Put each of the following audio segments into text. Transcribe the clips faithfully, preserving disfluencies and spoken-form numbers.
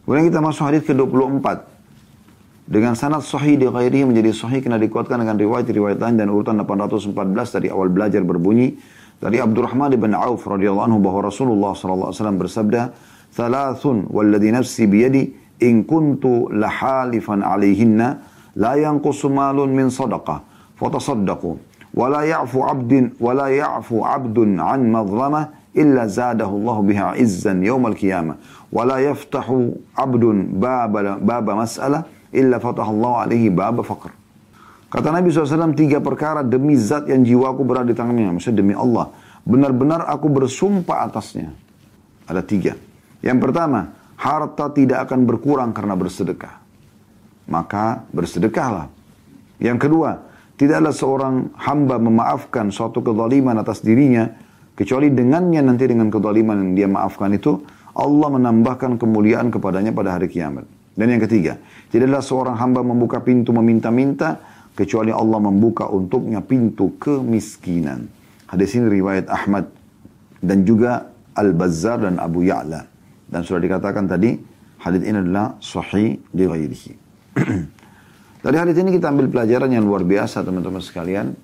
Kemudian kita masuk hadis ke dua puluh empat. Dengan sanad sahih di ghairihi menjadi sahih kena dikuatkan dengan riwayat-riwayat lain dan urutan delapan ratus empat belas dari awal belajar berbunyi dari Abdurrahman bin Auf radhiyallahu anhu bahwa Rasulullah sallallahu alaihi wasallam bersabda, "Thalathun walladhi nafsi biyadi in kuntu lahalifan alaihinna la yanqusu malun min sadaqah fatasaddaqu wa la ya'fu 'abdin wa la ya'fu 'abdun 'an madhlamah illa zadahu Allah biha 'izzan yawmal qiyamah wa la yaftahu 'abdun baba baba mas'alah illa fatahallahu alaihi baba faqr." Kata Nabi shallallahu alaihi wasallam, tiga perkara demi zat yang jiwaku berada di tangannya. Maksudnya demi Allah. Benar-benar aku bersumpah atasnya. Ada tiga. Yang pertama, harta tidak akan berkurang karena bersedekah. Maka bersedekahlah. Yang kedua, tidaklah seorang hamba memaafkan suatu kezaliman atas dirinya, kecuali dengannya nanti dengan kezaliman yang dia maafkan itu, Allah menambahkan kemuliaan kepadanya pada hari kiamat. Dan yang ketiga, tidaklah seorang hamba membuka pintu meminta-minta, kecuali Allah membuka untuknya pintu kemiskinan. Hadis ini riwayat Ahmad dan juga Al-Bazzar dan Abu Ya'la. Dan sudah dikatakan tadi, hadis ini adalah sahih li ghairihi. Dari hadis ini kita ambil pelajaran yang luar biasa teman-teman sekalian.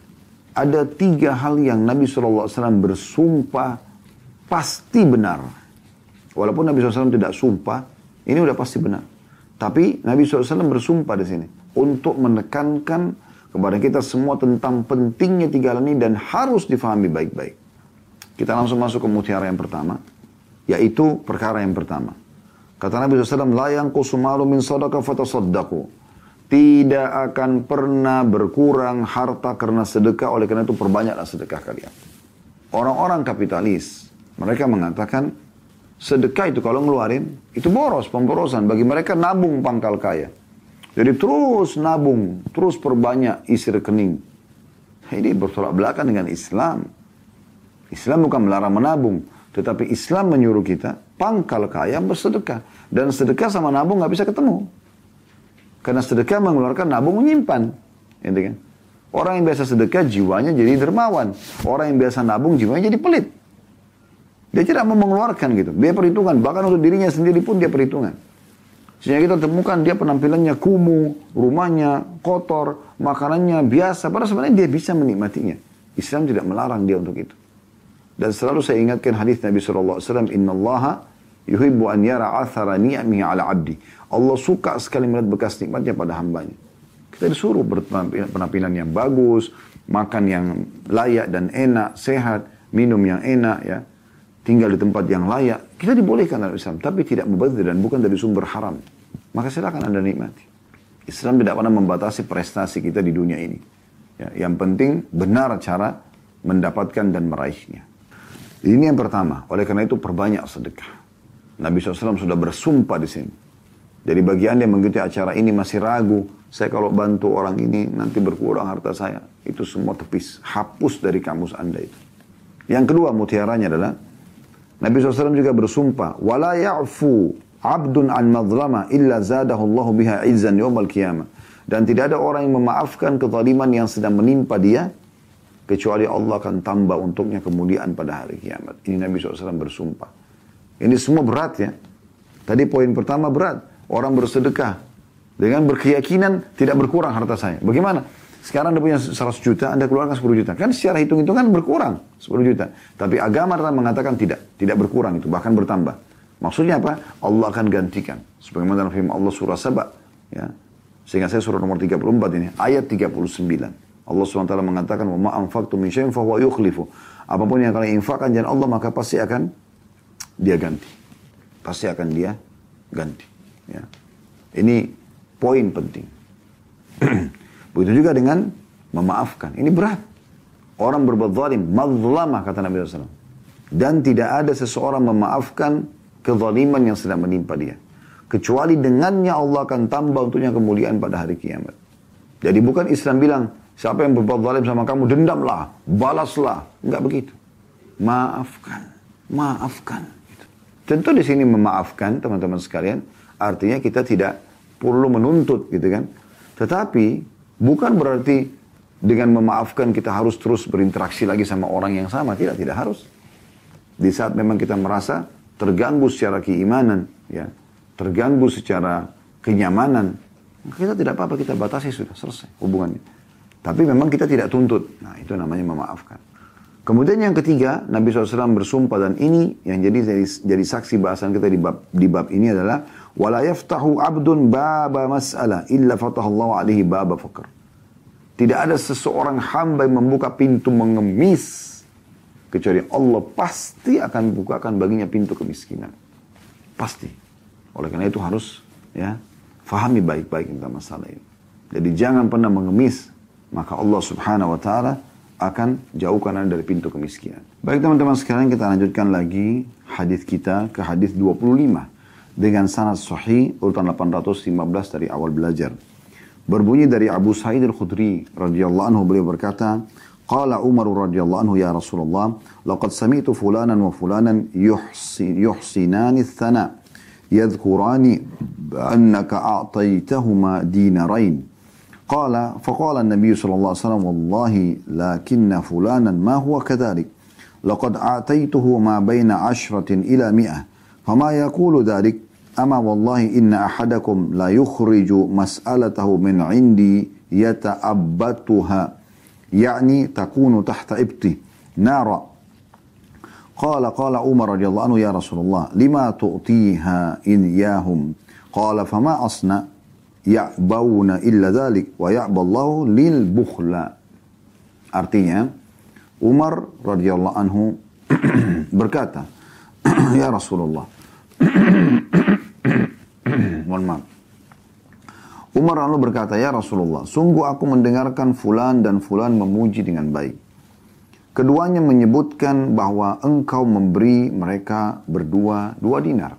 Ada tiga hal yang Nabi shallallahu alaihi wasallam bersumpah pasti benar. Walaupun Nabi shallallahu alaihi wasallam tidak sumpah, ini udah pasti benar. Tapi Nabi shallallahu alaihi wasallam bersumpah di sini untuk menekankan kepada kita semua tentang pentingnya tiga hal ini dan harus difahami baik-baik. Kita langsung masuk ke mutiara yang pertama, yaitu perkara yang pertama. Kata Nabi shallallahu alaihi wasallam, "La yanqusu malu min sadaqah fatasaddaqu." Tidak akan pernah berkurang harta karena sedekah, oleh karena itu perbanyaklah sedekah kalian. Orang-orang kapitalis, mereka mengatakan sedekah itu kalau ngeluarin, itu boros, pemborosan. Bagi mereka nabung pangkal kaya. Jadi terus nabung, terus perbanyak isi rekening. Ini bertolak belakang dengan Islam. Islam bukan melarang menabung, tetapi Islam menyuruh kita pangkal kaya bersedekah. Dan sedekah sama nabung nggak bisa ketemu. Karena sedekah mengeluarkan, nabung menyimpan. Gitu kan? Orang yang biasa sedekah jiwanya jadi dermawan. Orang yang biasa nabung jiwanya jadi pelit. Dia tidak mau mengeluarkan gitu. Dia perhitungan. Bahkan untuk dirinya sendiri pun dia perhitungan. Sehingga kita temukan dia penampilannya kumuh, rumahnya kotor, makanannya biasa. Padahal sebenarnya dia bisa menikmatinya. Islam tidak melarang dia untuk itu. Dan selalu saya ingatkan hadis Nabi shallallahu alaihi wasallam, "Inna Allaha yuhibbu an yara athara ni'amihi ala abdi." Allah suka sekali melihat bekas nikmatnya pada hambanya. Kita disuruh berpenampilan yang bagus, makan yang layak dan enak, sehat, minum yang enak, ya, tinggal di tempat yang layak. Kita dibolehkan dalam Islam, tapi tidak mubazir dan bukan dari sumber haram. Maka silakan Anda nikmati. Islam tidak pernah membatasi prestasi kita di dunia ini. Ya, yang penting benar cara mendapatkan dan meraihnya. Ini yang pertama. Oleh karena itu perbanyak sedekah. Nabi shallallahu alaihi wasallam sudah bersumpah di sini. Jadi bagi Anda yang mengikuti acara ini masih ragu, saya kalau bantu orang ini nanti berkurang harta saya. Itu semua tepis, hapus dari kamus Anda itu. Yang kedua mutiaranya adalah, Nabi shallallahu alaihi wasallam juga bersumpah, "Wala ya'fu 'abdun 'an madhlama illa zadahu Allahu biha 'izzan yawmal qiyamah." Dan tidak ada orang yang memaafkan kezaliman yang sedang menimpa dia, kecuali Allah akan tambah untuknya kemuliaan pada hari kiamat. Ini Nabi shallallahu alaihi wasallam bersumpah. Ini semua berat ya. Tadi poin pertama berat. Orang bersedekah dengan berkeyakinan tidak berkurang harta saya. Bagaimana? Sekarang Anda punya seratus juta, Anda keluarkan sepuluh juta. Kan secara hitung-hitungan berkurang sepuluh juta. Tapi agama mengatakan tidak. Tidak berkurang itu, bahkan bertambah. Maksudnya apa? Allah akan gantikan. Sebagaimana dalam firman Allah surah Saba. Ya. Sehingga saya surah nomor tiga puluh empat ini. Ayat tiga puluh sembilan. Allah subhanahu wa taala mengatakan, "Wa ma anfaqtum min syai'in fa huwa yukhlifu." Apapun yang kalian infakkan jangan Allah, maka pasti akan dia ganti. Pasti akan dia ganti. Ya. Ini poin penting. Begitu juga dengan memaafkan. Ini berat. Orang berbuat zalim, mazlamah kata Nabi shallallahu alaihi wasallam. Dan tidak ada seseorang memaafkan kezaliman yang sedang menimpa dia. Kecuali dengannya Allah akan tambah untuknya kemuliaan pada hari kiamat. Jadi bukan Islam bilang, siapa yang berbuat zalim sama kamu, dendamlah, balaslah. Enggak begitu. Maafkan. Maafkan. Gitu. Tentu di sini memaafkan, teman-teman sekalian, artinya kita tidak perlu menuntut gitu kan. Tetapi bukan berarti dengan memaafkan kita harus terus berinteraksi lagi sama orang yang sama. Tidak, tidak harus. Di saat memang kita merasa terganggu secara keimanan, ya, terganggu secara kenyamanan, kita tidak apa-apa, kita batasi, sudah selesai hubungannya. Tapi memang kita tidak tuntut. Nah, itu namanya memaafkan. Kemudian yang ketiga, Nabi shallallahu alaihi wasallam bersumpah, dan ini yang jadi jadi, jadi saksi bahasan kita di bab, di bab ini adalah wala yaftahu abdun baba mas'alah illa fatahallahu alaihi baba faqr. Tidak ada seseorang hamba yang membuka pintu mengemis kecuali Allah pasti akan bukakan baginya pintu kemiskinan. Pasti. Oleh karena itu harus ya fahami baik-baik tentang masalah ini. Jadi jangan pernah mengemis, maka Allah Subhanahu wa taala akan jauhkan Anda dari pintu kemiskinan. Baik teman-teman sekalian, kita lanjutkan lagi hadis kita ke hadis dua puluh lima dengan sanad sahih urutan delapan ratus lima belas dari awal belajar. Berbunyi dari Abu Sa'id Al-Khudri radhiyallahu anhu, beliau berkata, qala Umar radhiyallahu anhu, ya Rasulullah, laqad sami'tu fulanan wa fulanan yuhsin yuhsinani ats-tsana yadhkurani annaka a'taytahuma dinarain. قال فقال النبي صلى الله عليه وسلم والله لكن فلانا ما هو كذلك لقد أعطيته ما بين عشرة إلى مئة فما يقول ذلك أما والله إن أحدكم لا يخرج مسألته من عندي يتأبتها يعني تكون تحت إبطه نارا قال قال عمر رضي الله عنه يا رسول الله لما تؤتيها إياهم قال فما أصنع ya'bauna illa dzalik wa ya'ballahu lil bukhla. Artinya Umar radhiyallahu anhu berkata, ya Rasulullah, mohon maaf. Umar lalu berkata, ya Rasulullah, sungguh aku mendengarkan fulan dan fulan memuji dengan baik. Keduanya menyebutkan bahwa engkau memberi mereka berdua dua dinar.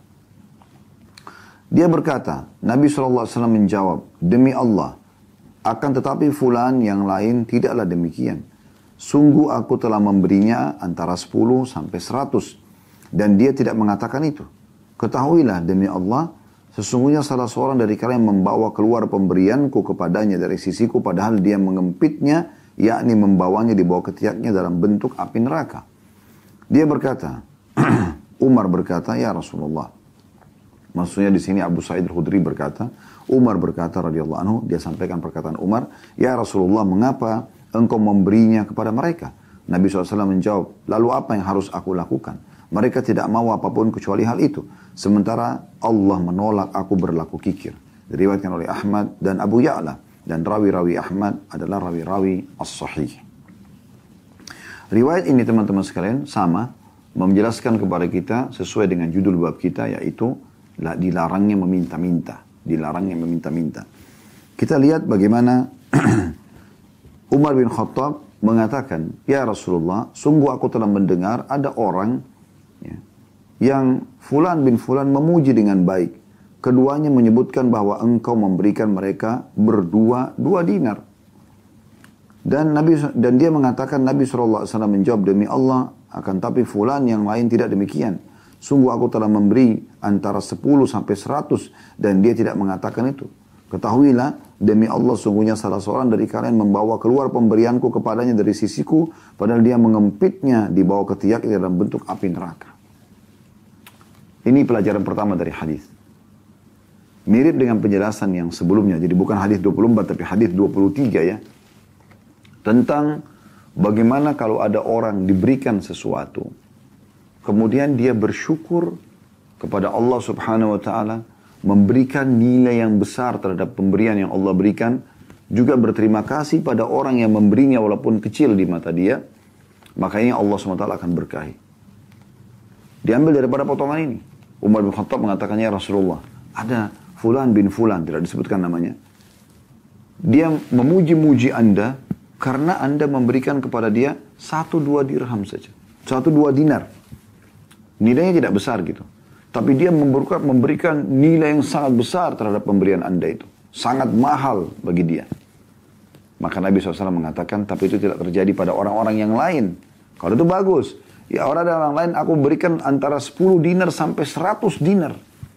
Dia berkata, Nabi shallallahu alaihi wasallam menjawab, demi Allah, akan tetapi fulan yang lain tidaklah demikian. Sungguh aku telah memberinya antara sepuluh sampai seratus. Dan dia tidak mengatakan itu. Ketahuilah demi Allah, sesungguhnya salah seorang dari kalian membawa keluar pemberianku kepadanya dari sisiku, padahal dia mengempitnya, yakni membawanya di bawah ketiaknya dalam bentuk api neraka. Dia berkata, Umar berkata, ya Rasulullah. Maksudnya di sini Abu Sa'id Al-Khudri berkata, Umar berkata radhiyallahu anhu, dia sampaikan perkataan Umar, ya Rasulullah, mengapa engkau memberinya kepada mereka? Nabi shallallahu alaihi wasallam menjawab, lalu apa yang harus aku lakukan? Mereka tidak mau apapun kecuali hal itu. Sementara Allah menolak aku berlaku kikir. Diriwayatkan oleh Ahmad dan Abu Ya'la. Dan rawi-rawi Ahmad adalah rawi-rawi as-sahih. Riwayat ini teman-teman sekalian sama, menjelaskan kepada kita sesuai dengan judul bab kita, yaitu dilarangnya meminta-minta. Dilarangnya meminta-minta. Kita lihat bagaimana Umar bin Khattab mengatakan, ya Rasulullah, sungguh aku telah mendengar ada orang ya, yang fulan bin fulan memuji dengan baik. Keduanya menyebutkan bahwa engkau memberikan mereka berdua dua dinar. Dan Nabi dan dia mengatakan, Nabi shallallahu alaihi wasallam menjawab, demi Allah, akan tapi fulan yang lain tidak demikian. Sungguh aku telah memberi antara sepuluh sampai seratus dan dia tidak mengatakan itu. Ketahuilah demi Allah, sungguhnya salah seorang dari kalian membawa keluar pemberianku kepadanya dari sisiku, padahal dia mengempitnya di bawah ketiaknya dalam bentuk api neraka. Ini pelajaran pertama dari hadis. Mirip dengan penjelasan yang sebelumnya. Jadi bukan hadis dua puluh empat tapi hadis dua puluh tiga ya. Tentang bagaimana kalau ada orang diberikan sesuatu, kemudian dia bersyukur kepada Allah Subhanahu wa taala, memberikan nilai yang besar terhadap pemberian yang Allah berikan, juga berterima kasih pada orang yang memberinya walaupun kecil di mata dia, makanya Allah subhanahu wa taala akan berkahi. Diambil daripada potongan ini. Umar bin Khattab mengatakannya, ya Rasulullah, ada fulan bin fulan, tidak disebutkan namanya. Dia memuji-muji Anda karena Anda memberikan kepada dia satu dua dirham saja. Satu dua dinar. Nilainya tidak besar gitu. Tapi dia memberikan, memberikan nilai yang sangat besar terhadap pemberian Anda itu. Sangat mahal bagi dia. Maka Nabi shallallahu alaihi wasallam mengatakan, tapi itu tidak terjadi pada orang-orang yang lain. Kalau itu bagus. Ya orang ada orang lain aku berikan antara sepuluh dinar sampai seratus dinar.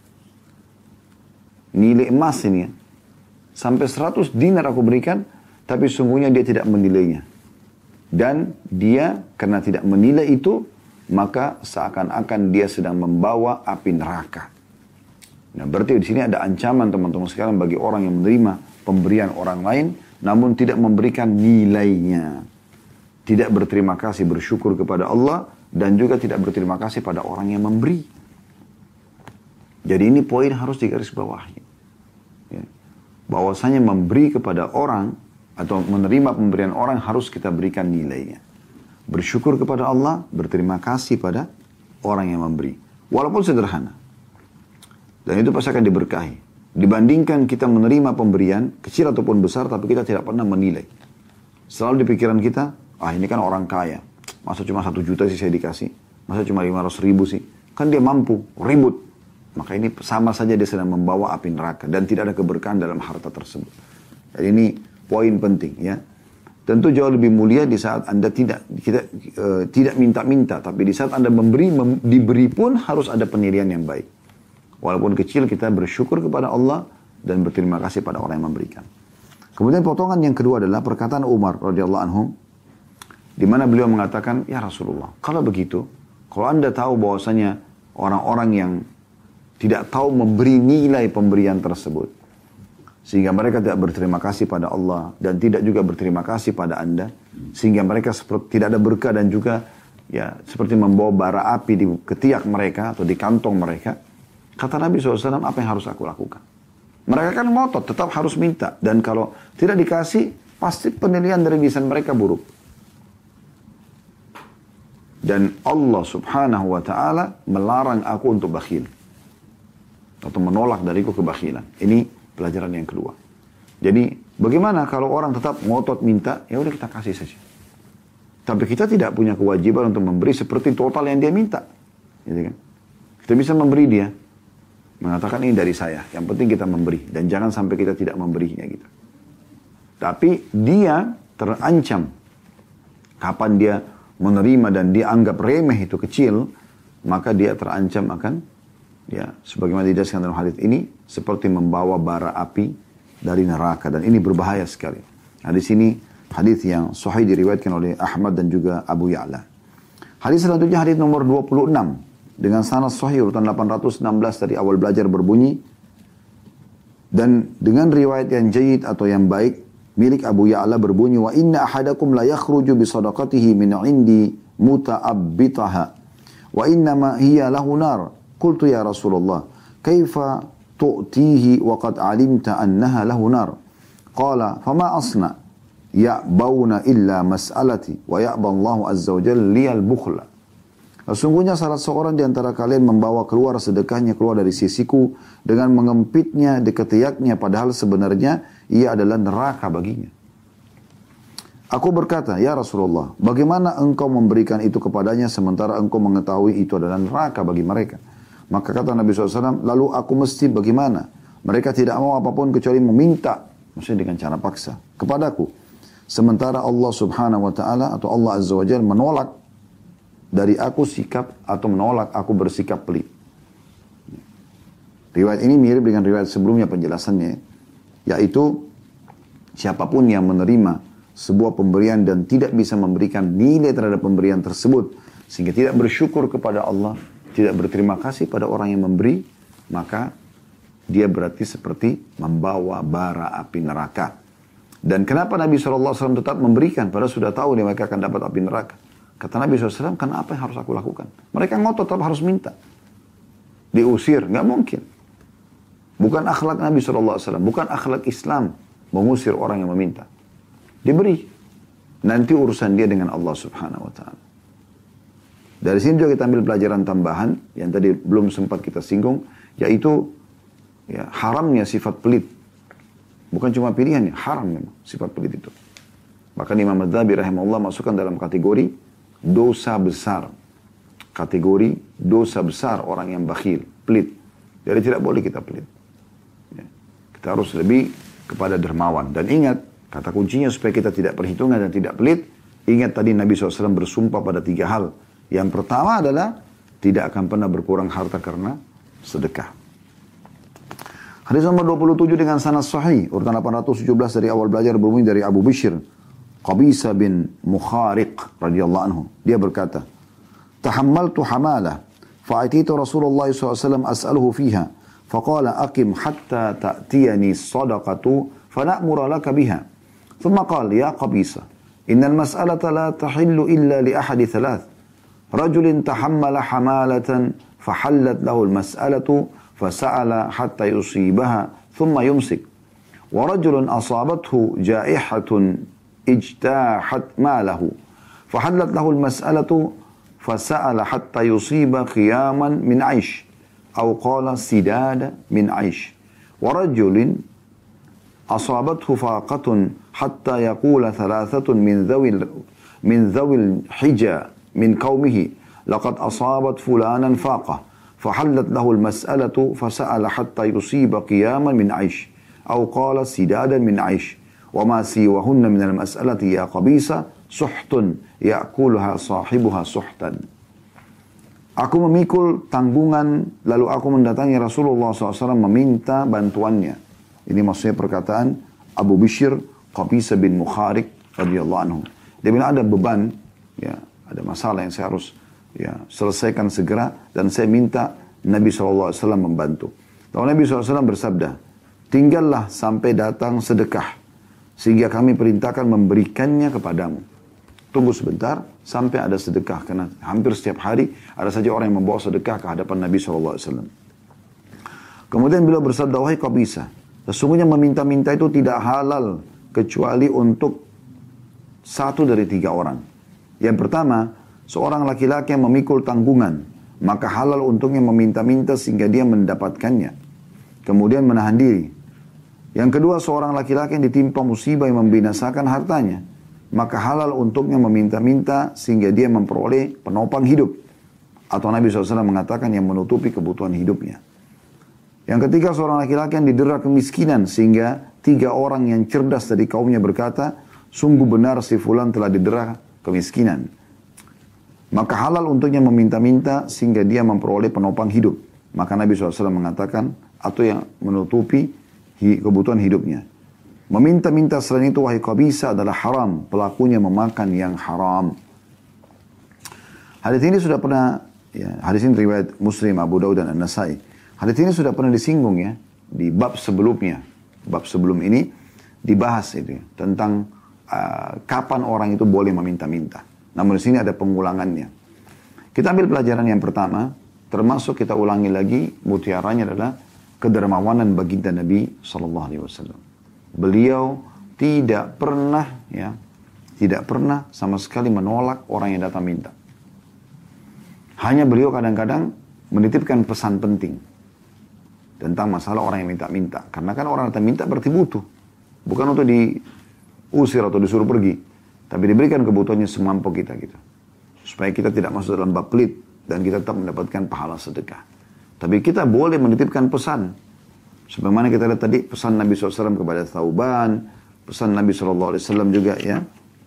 Nilai emas ini ya. Sampai seratus dinar aku berikan, tapi sungguhnya dia tidak menilainya. Dan dia karena tidak menilai itu, maka seakan-akan dia sedang membawa api neraka. Nah, berarti di sini ada ancaman teman-teman sekalian bagi orang yang menerima pemberian orang lain, namun tidak memberikan nilainya. Tidak berterima kasih, bersyukur kepada Allah, dan juga tidak berterima kasih pada orang yang memberi. Jadi ini poin harus digarisbawahi. Ya. Bahwasanya memberi kepada orang, atau menerima pemberian orang harus kita berikan nilainya. Bersyukur kepada Allah, berterima kasih pada orang yang memberi. Walaupun sederhana. Dan itu pasti akan diberkahi. Dibandingkan kita menerima pemberian, kecil ataupun besar, tapi kita tidak pernah menilai. Selalu di pikiran kita, ah ini kan orang kaya. Masa cuma satu juta sih saya dikasih? Masa cuma lima ratus ribu sih? Kan dia mampu, ribut. Maka ini sama saja dia sedang membawa api neraka. Dan tidak ada keberkahan dalam harta tersebut. Jadi ini poin penting ya. Tentu jauh lebih mulia di saat Anda tidak kita, uh, tidak minta-minta. Tapi di saat Anda memberi, mem, diberi pun harus ada penilaian yang baik. Walaupun kecil kita bersyukur kepada Allah dan berterima kasih pada orang yang memberikan. Kemudian potongan yang kedua adalah perkataan Umar radhiyallahu anhu, di mana beliau mengatakan, ya Rasulullah, kalau begitu, kalau Anda tahu bahwasanya orang-orang yang tidak tahu memberi nilai pemberian tersebut, sehingga mereka tidak berterima kasih pada Allah dan tidak juga berterima kasih pada Anda, sehingga mereka seperti tidak ada berkah dan juga ya seperti membawa bara api di ketiak mereka atau di kantong mereka. Kata Nabi shallallahu alaihi wasallam, apa yang harus aku lakukan? Mereka kan ngotot, tetap harus minta. Dan kalau tidak dikasih, pasti penilaian dari lisan mereka buruk. Dan Allah subhanahu wa ta'ala melarang aku untuk bakhil. Atau menolak dariku kebakhilan. Ini pelajaran yang kedua. Jadi bagaimana kalau orang tetap ngotot minta, ya udah kita kasih saja. Tapi kita tidak punya kewajiban untuk memberi seperti total yang dia minta. Gitu kan? Kita bisa memberi dia. Mengatakan ini dari saya. Yang penting kita memberi. Dan jangan sampai kita tidak memberinya gitu. Tapi dia terancam. Kapan dia menerima dan dia anggap remeh itu kecil, maka dia terancam akan, ya, sebagaimana dijelaskan dalam hadis ini, seperti membawa bara api dari neraka. Dan ini berbahaya sekali. Nah di sini hadis yang sahih diriwayatkan oleh Ahmad dan juga Abu Ya'la. Hadis selanjutnya hadis nomor dua puluh enam. Dengan sanad sahih urutan delapan ratus enam belas dari awal belajar berbunyi. Dan dengan riwayat yang jayyid atau yang baik, milik Abu Ya'la berbunyi, wa inna ahadakum la yakhruju bi sadaqatihi min indi muta'abbitaha wa inna ma hiya lahu nar. Qultu ya Rasulullah, kaifa tu'tihi wa qad alimta annaha lahu nar? Qala, fama asna? Ya'bawna illa mas'alati wa ya'ba Allahu azza wa jalla liyal bukhla. Sesungguhnya salah seorang di antara kalian membawa keluar sedekahnya keluar dari sisiku dengan mengempitnya di ketiaknya, padahal sebenarnya ia adalah neraka baginya. Aku berkata, ya Rasulullah, bagaimana engkau memberikan itu kepadanya sementara engkau mengetahui itu adalah neraka bagi mereka? Maka kata Nabi shallallahu alaihi wasallam, lalu aku mesti bagaimana? Mereka tidak mau apapun kecuali meminta, maksudnya dengan cara paksa, kepadaku. Sementara Allah subhanahu wa ta'ala atau Allah azza wa jalla menolak dari aku sikap atau menolak aku bersikap pelit. Riwayat ini mirip dengan riwayat sebelumnya penjelasannya, yaitu siapapun yang menerima sebuah pemberian dan tidak bisa memberikan nilai terhadap pemberian tersebut, sehingga tidak bersyukur kepada Allah, tidak berterima kasih pada orang yang memberi, maka dia berarti seperti membawa bara api neraka. Dan kenapa Nabi shallallahu alaihi wasallam tetap memberikan, padahal sudah tahu dia mereka akan dapat api neraka? Kata Nabi shallallahu alaihi wasallam, karena apa yang harus aku lakukan? Mereka ngotot tetap harus minta. Diusir, nggak mungkin. Bukan akhlak Nabi shallallahu alaihi wasallam, bukan akhlak Islam mengusir orang yang meminta. Diberi. Nanti urusan dia dengan Allah subhanahu wa ta'ala. Dari sini juga kita ambil pelajaran tambahan yang tadi belum sempat kita singgung, yaitu ya, haramnya sifat pelit. Bukan cuma pilihan, haram memang sifat pelit itu. Bahkan Imam Adzabi rahimahullah masukkan dalam kategori dosa besar. Kategori dosa besar orang yang bakhil, pelit. Jadi tidak boleh kita pelit. Ya. Kita harus lebih kepada dermawan. Dan ingat, kata kuncinya supaya kita tidak perhitungan dan tidak pelit, ingat tadi Nabi shallallahu alaihi wasallam bersumpah pada tiga hal. Yang pertama adalah tidak akan pernah berkurang harta karena sedekah. Hadis nomor dua puluh tujuh dengan sanad sahih, urutan delapan ratus tujuh belas dari awal belajar berbunyi dari Abu Bishr Qabisa bin Mukhariq radhiyallahu anhu. Dia berkata, tahammaltu hamalah fa'atitu Rasulullah shallallahu alaihi wasallam as'aluhu fiha Faqala aqim hatta ta'tiyani sadaqatu fana'mura laka biha. Thumma qala ya Qabisa, innal mas'alata la tahillu illa li ahadi thalath. Rajulin tahammala hamalatan fahallat lahu al-mas'alatu fasa'ala hatta yusibaha thumma yumsik. Wa rajulun asabathu ja'ihatun ijtahat malahu fahallat lahu al-mas'alatu fasa'ala hatta yusiba qiyaman min 'aish. أو قال سداد من عيش ورجل أصابته فاقة حتى يقول ثلاثة من ذوي من ذوي الحجة من قومه لقد أصابت فلانا فاقة فحلت له المسألة فسأل حتى يصيب قياما من عيش أو قال سدادا من عيش وما سيوهن من المسألة يا قبيسة سحت يأكلها صاحبها سحتا. Aku memikul tanggungan, lalu aku mendatangi Rasulullah shallallahu alaihi wasallam meminta bantuannya. Ini maksudnya perkataan Abu Bishr Qabisa bin Mukharik radhiyallahu anhu. Dia bilang ada beban, ya, ada masalah yang saya harus ya, selesaikan segera, dan saya minta Nabi shallallahu alaihi wasallam membantu. Lalu Nabi shallallahu alaihi wasallam bersabda, tinggallah sampai datang sedekah, sehingga kami perintahkan memberikannya kepadamu. Tunggu sebentar sampai ada sedekah, karena hampir setiap hari ada saja orang yang membawa sedekah ke hadapan Nabi shallallahu alaihi wasallam. Kemudian beliau bersabda, wahai Qabisa, sesungguhnya meminta-minta itu tidak halal kecuali untuk satu dari tiga orang. Yang pertama, seorang laki-laki yang memikul tanggungan, maka halal untuknya meminta-minta sehingga dia mendapatkannya. Kemudian menahan diri. Yang kedua, seorang laki-laki yang ditimpa musibah yang membinasakan hartanya, maka halal untuknya meminta-minta sehingga dia memperoleh penopang hidup. Atau Nabi shallallahu alaihi wasallam mengatakan yang menutupi kebutuhan hidupnya. Yang ketiga, seorang laki-laki yang didera kemiskinan sehingga tiga orang yang cerdas dari kaumnya berkata, sungguh benar si fulan telah didera kemiskinan. Maka halal untuknya meminta-minta sehingga dia memperoleh penopang hidup. Maka Nabi shallallahu alaihi wasallam mengatakan, atau yang menutupi kebutuhan hidupnya. Meminta-minta selain itu, wahai Qabisa, adalah haram. Pelakunya memakan yang haram. Hadis ini sudah pernah, ya, hadis ini riwayat Muslim, Abu Daud dan An-Nasai. Hadis ini sudah pernah disinggung ya di bab sebelumnya. Bab sebelum ini dibahas itu ya, tentang uh, kapan orang itu boleh meminta-minta. Namun di sini ada pengulangannya. Kita ambil pelajaran yang pertama, termasuk kita ulangi lagi, mutiaranya adalah kedermawanan baginda Nabi sallallahu alaihi wasallam. Beliau tidak pernah ya, tidak pernah sama sekali menolak orang yang datang minta. Hanya beliau kadang-kadang menitipkan pesan penting tentang masalah orang yang minta-minta. Karena kan orang datang minta berarti butuh. Bukan untuk diusir atau disuruh pergi, tapi diberikan kebutuhannya semampu kita gitu. Supaya kita tidak masuk dalam bab pelit dan kita tetap mendapatkan pahala sedekah. Tapi kita boleh menitipkan pesan. Sebagaimana kita lihat tadi pesan Nabi shallallahu alaihi wasallam kepada Thauban, pesan Nabi shallallahu alaihi wasallam juga ya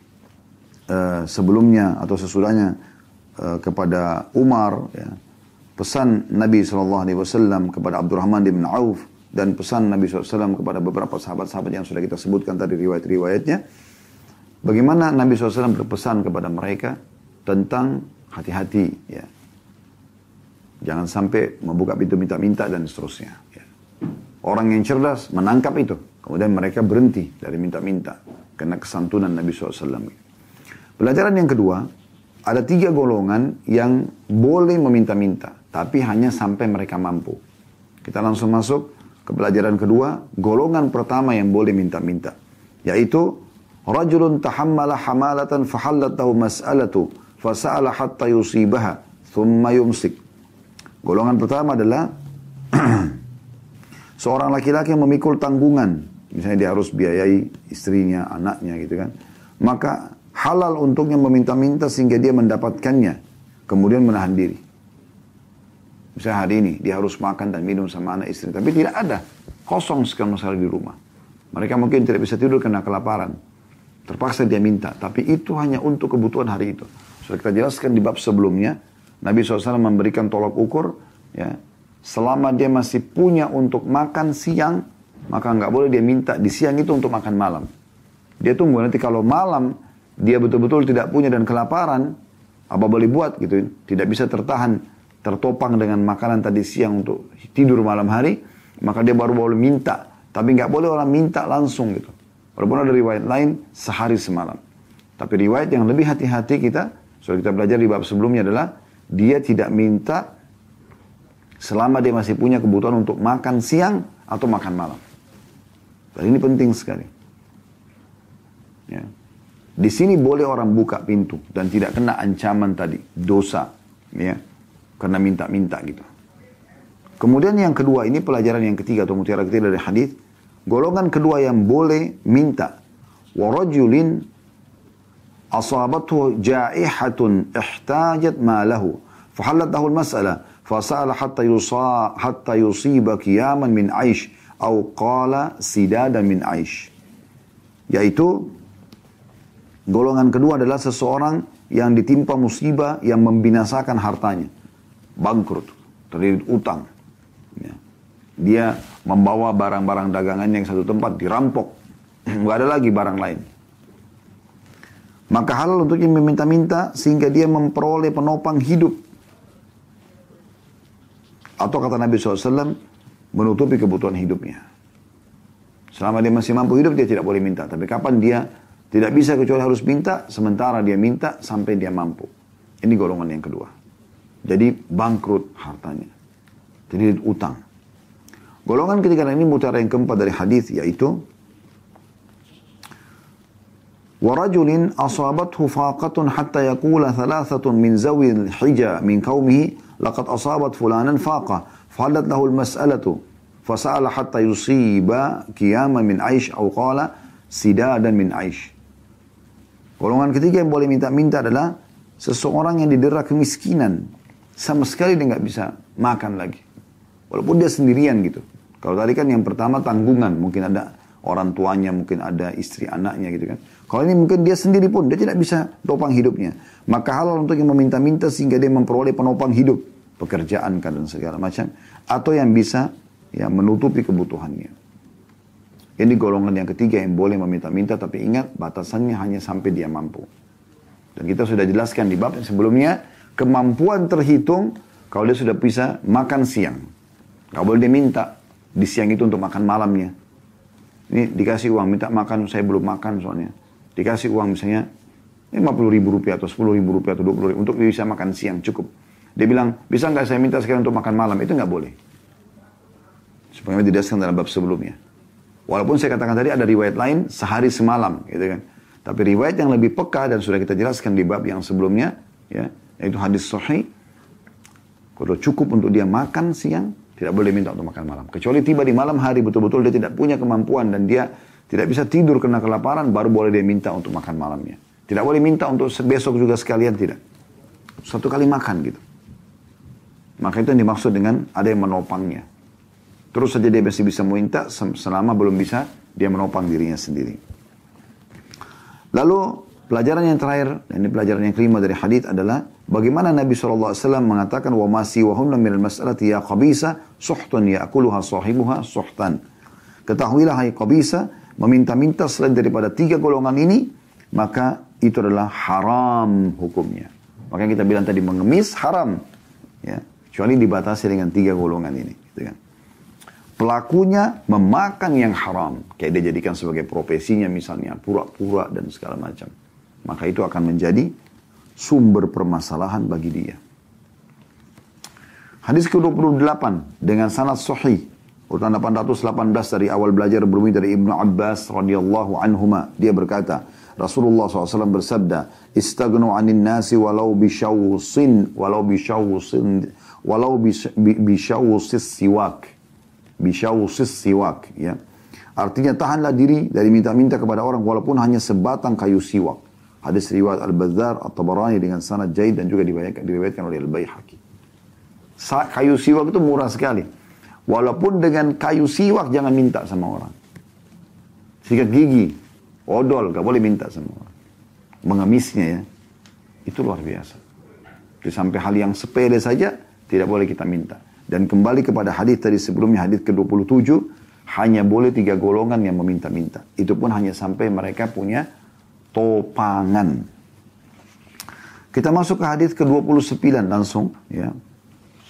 uh, sebelumnya atau sesudahnya uh, kepada Umar, ya. Pesan Nabi shallallahu alaihi wasallam kepada Abdurrahman bin Auf, dan pesan Nabi shallallahu alaihi wasallam kepada beberapa sahabat-sahabat yang sudah kita sebutkan tadi riwayat-riwayatnya. Bagaimana Nabi shallallahu alaihi wasallam berpesan kepada mereka tentang hati-hati, ya. Jangan sampai membuka pintu minta-minta dan seterusnya. Ya. Orang yang cerdas menangkap itu. Kemudian mereka berhenti dari minta-minta. Karena kesantunan Nabi shallallahu alaihi wasallam. Pelajaran yang kedua, ada tiga golongan yang boleh meminta-minta. Tapi hanya sampai mereka mampu. Kita langsung masuk ke pelajaran kedua. Golongan pertama yang boleh minta-minta. Yaitu, Rajulun tahammala hamalatan fahallat tahu mas'alatu. Fasa'ala hatta yusibaha. Thumma yumsik. Golongan pertama adalah seorang laki-laki yang memikul tanggungan, misalnya dia harus biayai istrinya, anaknya gitu kan, maka halal untuknya meminta-minta sehingga dia mendapatkannya, kemudian menahan diri. Misalnya hari ini dia harus makan dan minum sama anak istri, tapi tidak ada, kosong sekali masalah di rumah. Mereka mungkin tidak bisa tidur karena kelaparan, terpaksa dia minta, tapi itu hanya untuk kebutuhan hari itu. Sudah kita jelaskan di bab sebelumnya, Nabi shallallahu alaihi wasallam memberikan tolak ukur, ya. Selama dia masih punya untuk makan siang, maka nggak boleh dia minta di siang itu untuk makan malam. Dia tunggu nanti kalau malam dia betul-betul tidak punya dan kelaparan, apa boleh buat gitu, tidak bisa tertahan tertopang dengan makanan tadi siang untuk tidur malam hari, maka dia baru boleh minta. Tapi nggak boleh orang minta langsung gitu. Walaupun ada riwayat lain sehari semalam. Tapi riwayat yang lebih hati-hati kita, sudah kita belajar di bab sebelumnya adalah dia tidak minta selama dia masih punya kebutuhan untuk makan siang atau makan malam. Dan ini penting sekali. Ya. Di sini boleh orang buka pintu dan tidak kena ancaman tadi, dosa, ya, karena minta-minta gitu. Kemudian yang kedua, ini pelajaran yang ketiga atau mutiara ketiga dari hadis. Golongan kedua yang boleh minta, warajulin asabathu ja'ihatun ihtajat ma lahu fahallat lahu al-mas'alah fasa'ala hatta yusa hatta yusiba qiyaman min 'aish aw qala sidadan min 'aish. Yaitu golongan kedua adalah seseorang yang ditimpa musibah yang membinasakan hartanya, bangkrut, terlilit utang. Ya. Dia membawa barang-barang dagangannya yang satu tempat dirampok, nggak ada lagi barang lain. Maka halal untuknya meminta-minta sehingga dia memperoleh penopang hidup. Atau kata Nabi shallallahu alaihi wasallam, menutupi kebutuhan hidupnya. Selama dia masih mampu hidup, dia tidak boleh minta. Tapi kapan dia tidak bisa kecuali harus minta, sementara dia minta sampai dia mampu. Ini golongan yang kedua. Jadi bangkrut hartanya. Jadi utang. Golongan ketiga ini mutiara yang keempat dari hadis, yaitu warajulin asabathu faqatun hatta yaqula thalathatun min zawil hija min qaumihi laqad asabat fulanan faqa fahalat lahu almas'alatu fasa'ala hatta yusiba qiyaman min aish aw qala sidadan min aish. Golongan ketiga yang boleh minta-minta adalah seseorang yang didera kemiskinan, sama sekali dia nggak bisa makan lagi, walaupun dia sendirian gitu. Kalau tadi kan yang pertama tanggungan, mungkin ada orang tuanya, mungkin ada istri anaknya gitu kan. Kalau ini mungkin dia sendiri pun, dia tidak bisa topang hidupnya. Maka halal untuk yang meminta-minta sehingga dia memperoleh penopang hidup, pekerjaan kan dan segala macam. Atau yang bisa ya menutupi kebutuhannya. Ini golongan yang ketiga yang boleh meminta-minta, tapi ingat batasannya hanya sampai dia mampu. Dan kita sudah jelaskan di bab yang sebelumnya, kemampuan terhitung kalau dia sudah bisa makan siang. Gak boleh dia minta di siang itu untuk makan malamnya. Ini dikasih uang, minta makan, saya belum makan soalnya. Dikasih uang misalnya lima puluh ribu rupiah atau sepuluh ribu rupiah atau dua puluh ribu untuk bisa makan siang, cukup. Dia bilang, bisa nggak saya minta sekarang untuk makan malam? Itu nggak boleh. Supaya dijelaskan dalam bab sebelumnya. Walaupun saya katakan tadi ada riwayat lain sehari semalam, gitu kan. Tapi riwayat yang lebih peka dan sudah kita jelaskan di bab yang sebelumnya, ya, yaitu hadis sahih. Kalau cukup untuk dia makan siang, tidak boleh minta untuk makan malam. Kecuali tiba di malam hari betul-betul dia tidak punya kemampuan dan dia tidak bisa tidur karena kelaparan, baru boleh dia minta untuk makan malamnya. Tidak boleh minta untuk besok juga sekalian, tidak. Satu kali makan gitu. Maka itu yang dimaksud dengan ada yang menopangnya. Terus saja dia masih bisa minta selama belum bisa dia menopang dirinya sendiri. Lalu pelajaran yang terakhir, dan ini pelajaran yang kelima dari hadis adalah bagaimana Nabi shallallahu alaihi wasallam mengatakan wa masi wa hunna minal mas'alati ya qabisa suhtun ya'kuluha sahibuha suhtan. Ketahuilah hai qabisa, meminta-minta selain daripada tiga golongan ini, maka itu adalah haram hukumnya. Makanya kita bilang tadi mengemis haram, ya, kecuali dibatasi dengan tiga golongan ini, gitu kan. Pelakunya memakan yang haram, kayak dia jadikan sebagai profesinya misalnya, pura-pura dan segala macam. Maka itu akan menjadi sumber permasalahan bagi dia. Hadis ke dua puluh delapan dengan sanad sahih, urutan delapan ratus delapan belas dari awal belajar berbunyi dari Ibnu Abbas radhiyallahu anhuma. Dia berkata, Rasulullah shallallahu alaihi wasallam bersabda, "Istagnu 'anin nasi walau bisyawsin, walau bisyawsin, walau bisyawsis siwak." Bisyawsis siwak, ya. Artinya tahanlah diri dari minta-minta kepada orang walaupun hanya sebatang kayu siwak. Hadis riwayat Al-Bazzar At-Tabarani dengan sanad jaid dan juga diriwayatkan oleh Al-Baihaqi. Kayu siwak itu murah sekali. Walaupun dengan kayu siwak jangan minta sama orang. Sikat gigi, odol, gak boleh minta sama orang. Mengemisnya ya, itu luar biasa. Jadi sampai hal yang sepele saja tidak boleh kita minta. Dan kembali kepada hadis tadi sebelumnya, hadis ke dua puluh tujuh, hanya boleh tiga golongan yang meminta-minta. Itu pun hanya sampai mereka punya topangan. Kita masuk ke hadis ke dua puluh sembilan langsung, ya.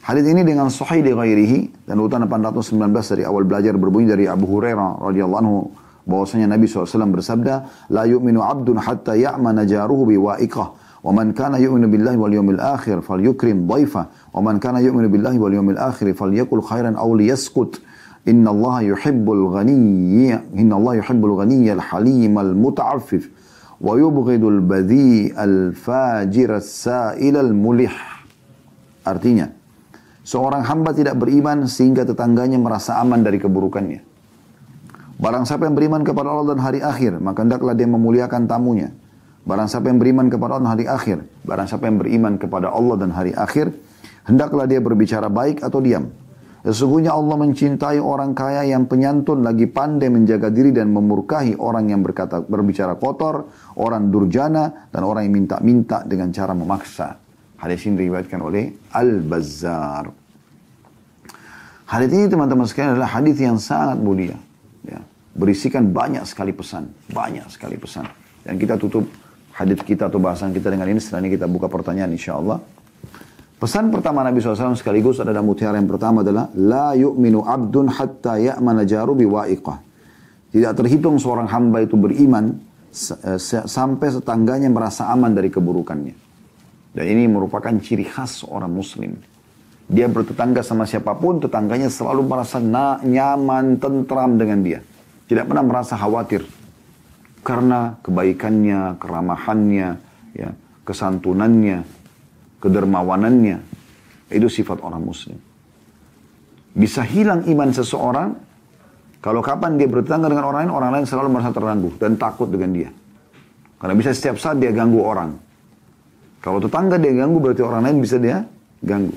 Hadits ini dengan sahih di ghairihi dan urutan delapan ratus sembilan belas dari awal belajar berbunyi dari Abu Hurairah radhiyallahu anhu bahwasanya Nabi shallallahu alaihi wasallam bersabda, "La yu'minu 'abdun hatta ya'mana jaruhu biwa'iqah, wa man kana yu'minu billahi wal yawmil akhir falyukrim dhaifa, wa man kana yu'minu billahi wal yawmil akhir falyakul khairan aw liyaskut. Inna Allah yuhibbul ghaniyya, inna Allah yuhibbul ghaniyya al-halim al-muta'affif, wa yubghidul badhi al-fajir as-sa'il al-mulih." Artinya, seorang hamba tidak beriman sehingga tetangganya merasa aman dari keburukannya. Barang siapa yang beriman kepada Allah dan hari akhir, maka hendaklah dia memuliakan tamunya. Barang siapa yang beriman kepada Allah dan hari akhir, barang siapa yang beriman kepada Allah dan hari akhir, hendaklah dia berbicara baik atau diam. Sesungguhnya Allah mencintai orang kaya yang penyantun, lagi pandai menjaga diri dan memurkahi orang yang berkata berbicara kotor, orang durjana, dan orang yang minta-minta dengan cara memaksa. Hadis ini diriwayatkan oleh Al-Bazzar. Hadis ini teman-teman sekalian adalah hadis yang sangat mulia. Ya, berisikan banyak sekali pesan, banyak sekali pesan. Dan kita tutup hadis kita atau bahasan kita dengan ini. Setelah ini kita buka pertanyaan insya Allah. Pesan pertama Nabi shallallahu alaihi wasallam sekaligus adalah mutiara yang pertama adalah la yu'minu abdun hatta ya'mana jaru biwa'iqah. Tidak terhitung seorang hamba itu beriman sampai tetangganya merasa aman dari keburukannya. Dan ini merupakan ciri khas orang muslim. Dia bertetangga sama siapapun, tetangganya selalu merasa na, nyaman, tentram dengan dia. Tidak pernah merasa khawatir. Karena kebaikannya, keramahannya, ya, kesantunannya, kedermawanannya. Itu sifat orang muslim. Bisa hilang iman seseorang kalau kapan dia bertetangga dengan orang lain, orang lain selalu merasa terganggu dan takut dengan dia. Karena bisa setiap saat dia ganggu orang. Kalau tetangga dia ganggu, berarti orang lain bisa dia ganggu.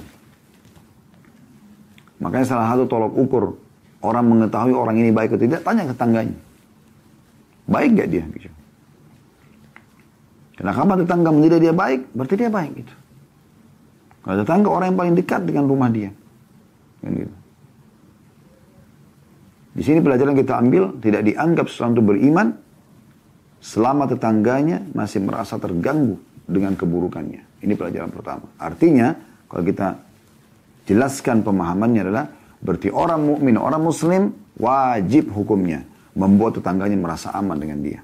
Makanya salah satu tolok ukur orang mengetahui orang ini baik atau tidak, tanya ke tetangganya. Baik gak dia? Gitu. Karena kapan tetangga menilai dia baik, berarti dia baik. Gitu. Kalau tetangga orang yang paling dekat dengan rumah dia. Gitu. Di sini pelajaran kita ambil, tidak dianggap seseorang itu beriman selama tetangganya masih merasa terganggu dengan keburukannya. Ini pelajaran pertama. Artinya, kalau kita jelaskan pemahamannya adalah, berarti orang mukmin, orang muslim wajib hukumnya membuat tetangganya merasa aman dengan dia.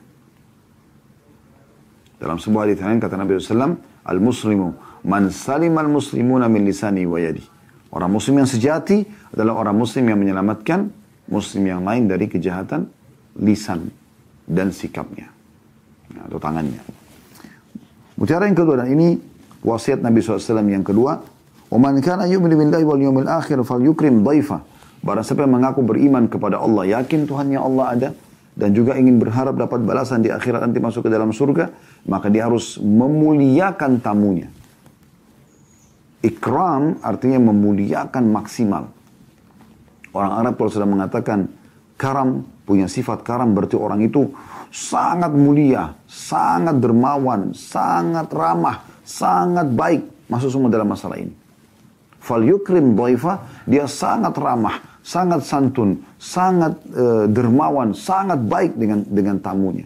Dalam sebuah hadits lain kata Nabi shallallahu alaihi wasallam, al-muslimu man salimal muslimuna min lisani wa yadi. Orang muslim yang sejati adalah orang muslim yang menyelamatkan muslim yang lain dari kejahatan lisan dan sikapnya, atau tangannya. Mutiara yang kedua, dan ini wasiat Nabi shallallahu alaihi wasallam yang kedua, وَمَنْ كَانَ يُؤْمِنُ بِاللَّهِ وَالْيَوْمِ الْآخِرِ فَلْيُكْرِمْ ضَيْفَهُ. Barang siapa yang mengaku beriman kepada Allah, yakin Tuhannya Allah ada, dan juga ingin berharap dapat balasan di akhirat nanti masuk ke dalam surga, maka dia harus memuliakan tamunya. Ikram artinya memuliakan maksimal. Orang Arab kalau sudah mengatakan karam, punya sifat karam, berarti orang itu sangat mulia, sangat dermawan, sangat ramah, sangat baik. Masuk semua dalam masalah ini. Fal yukrim dhaifa, dia sangat ramah, sangat santun, sangat uh, dermawan, sangat baik dengan dengan tamunya.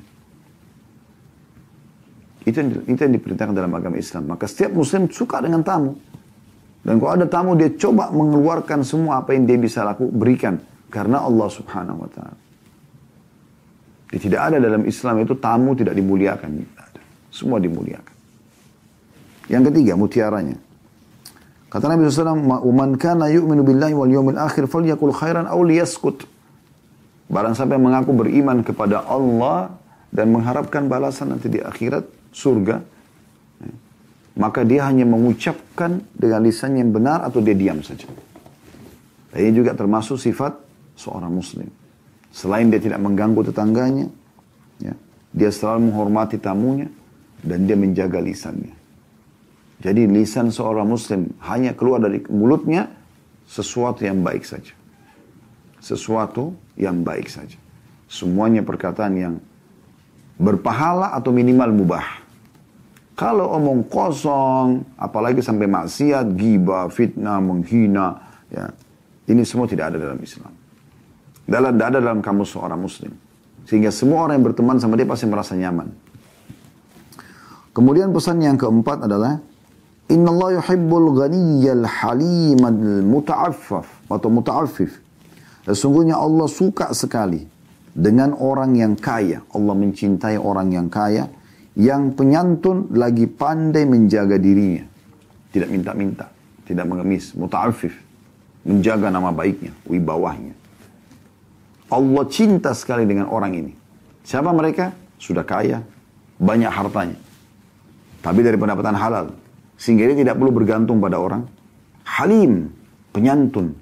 Itu yang, itu yang diperintahkan dalam agama Islam. Maka setiap muslim suka dengan tamu. Dan kalau ada tamu, dia coba mengeluarkan semua apa yang dia bisa laku, berikan. Karena Allah subhanahu wa ta'ala. Tidak ada dalam Islam itu tamu tidak dimuliakan. Tidak ada. Semua dimuliakan. Yang ketiga, mutiaranya. Kata Nabi shallallahu alaihi wasallam, "Man kana yu'minu billahi wal yawmil akhir falyakul khairan aw liyaskut." Barang siapa yang mengaku beriman kepada Allah dan mengharapkan balasan nanti di akhirat surga, maka dia hanya mengucapkan dengan lisan yang benar atau dia diam saja. Dan ini juga termasuk sifat seorang muslim. Selain dia tidak mengganggu tetangganya, ya, dia selalu menghormati tamunya dan dia menjaga lisannya. Jadi lisan seorang muslim hanya keluar dari mulutnya sesuatu yang baik saja. Sesuatu yang baik saja. Semuanya perkataan yang berpahala atau minimal mubah. Kalau omong kosong, apalagi sampai maksiat, ghibah, fitnah, menghina, ya, ini semua tidak ada dalam Islam. Dalam, tidak ada dalam kamus seorang muslim. Sehingga semua orang yang berteman sama dia pasti merasa nyaman. Kemudian pesan yang keempat adalah Inna Allah yuhibbul ghaniyyal halimal muta'affaf atau muta'affif. Sesungguhnya Allah suka sekali dengan orang yang kaya. Allah mencintai orang yang kaya, yang penyantun lagi pandai menjaga dirinya. Tidak minta-minta, tidak mengemis, muta'affif. Menjaga nama baiknya, wibawahnya. Allah cinta sekali dengan orang ini. Siapa mereka? Sudah kaya, banyak hartanya. Tapi dari pendapatan halal. Sehingga dia tidak perlu bergantung pada orang. Halim, penyantun.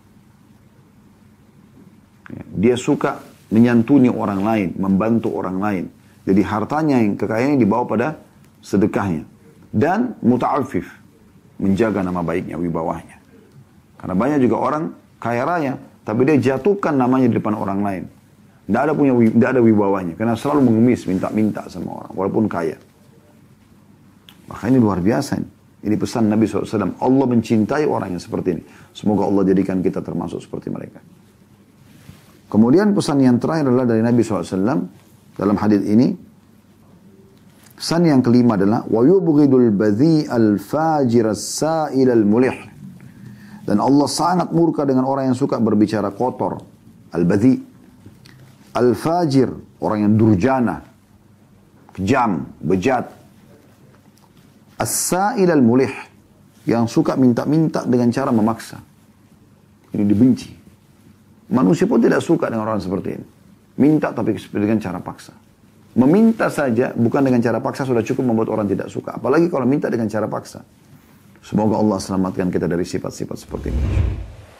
Dia suka menyantuni orang lain, membantu orang lain. Jadi hartanya yang kekayaannya dibawa pada sedekahnya. Dan muta'affif, menjaga nama baiknya, wibawahnya. Karena banyak juga orang kaya raya, tapi dia jatuhkan namanya di depan orang lain. Tidak ada punya, tidak ada wibawahnya, karena selalu mengemis, minta-minta sama orang, walaupun kaya. Maka ini luar biasa ini. Ini pesan Nabi shallallahu alaihi wasallam. Allah mencintai orang yang seperti ini. Semoga Allah jadikan kita termasuk seperti mereka. Kemudian pesan yang terakhir adalah dari Nabi shallallahu alaihi wasallam dalam hadis ini. Pesan yang kelima adalah wa yubghidul badhi al-fajir as-sa'il al-mulih. Dan Allah sangat murka dengan orang yang suka berbicara kotor. Al-badhi. Al-fajir, orang yang durjana, kejam, bejat. As-sa'il al-mulih, yang suka minta-minta dengan cara memaksa. Ini dibenci. Manusia pun tidak suka dengan orang seperti ini. Minta tapi dengan cara paksa. Meminta saja bukan dengan cara paksa sudah cukup membuat orang tidak suka. Apalagi kalau minta dengan cara paksa. Semoga Allah selamatkan kita dari sifat-sifat seperti ini.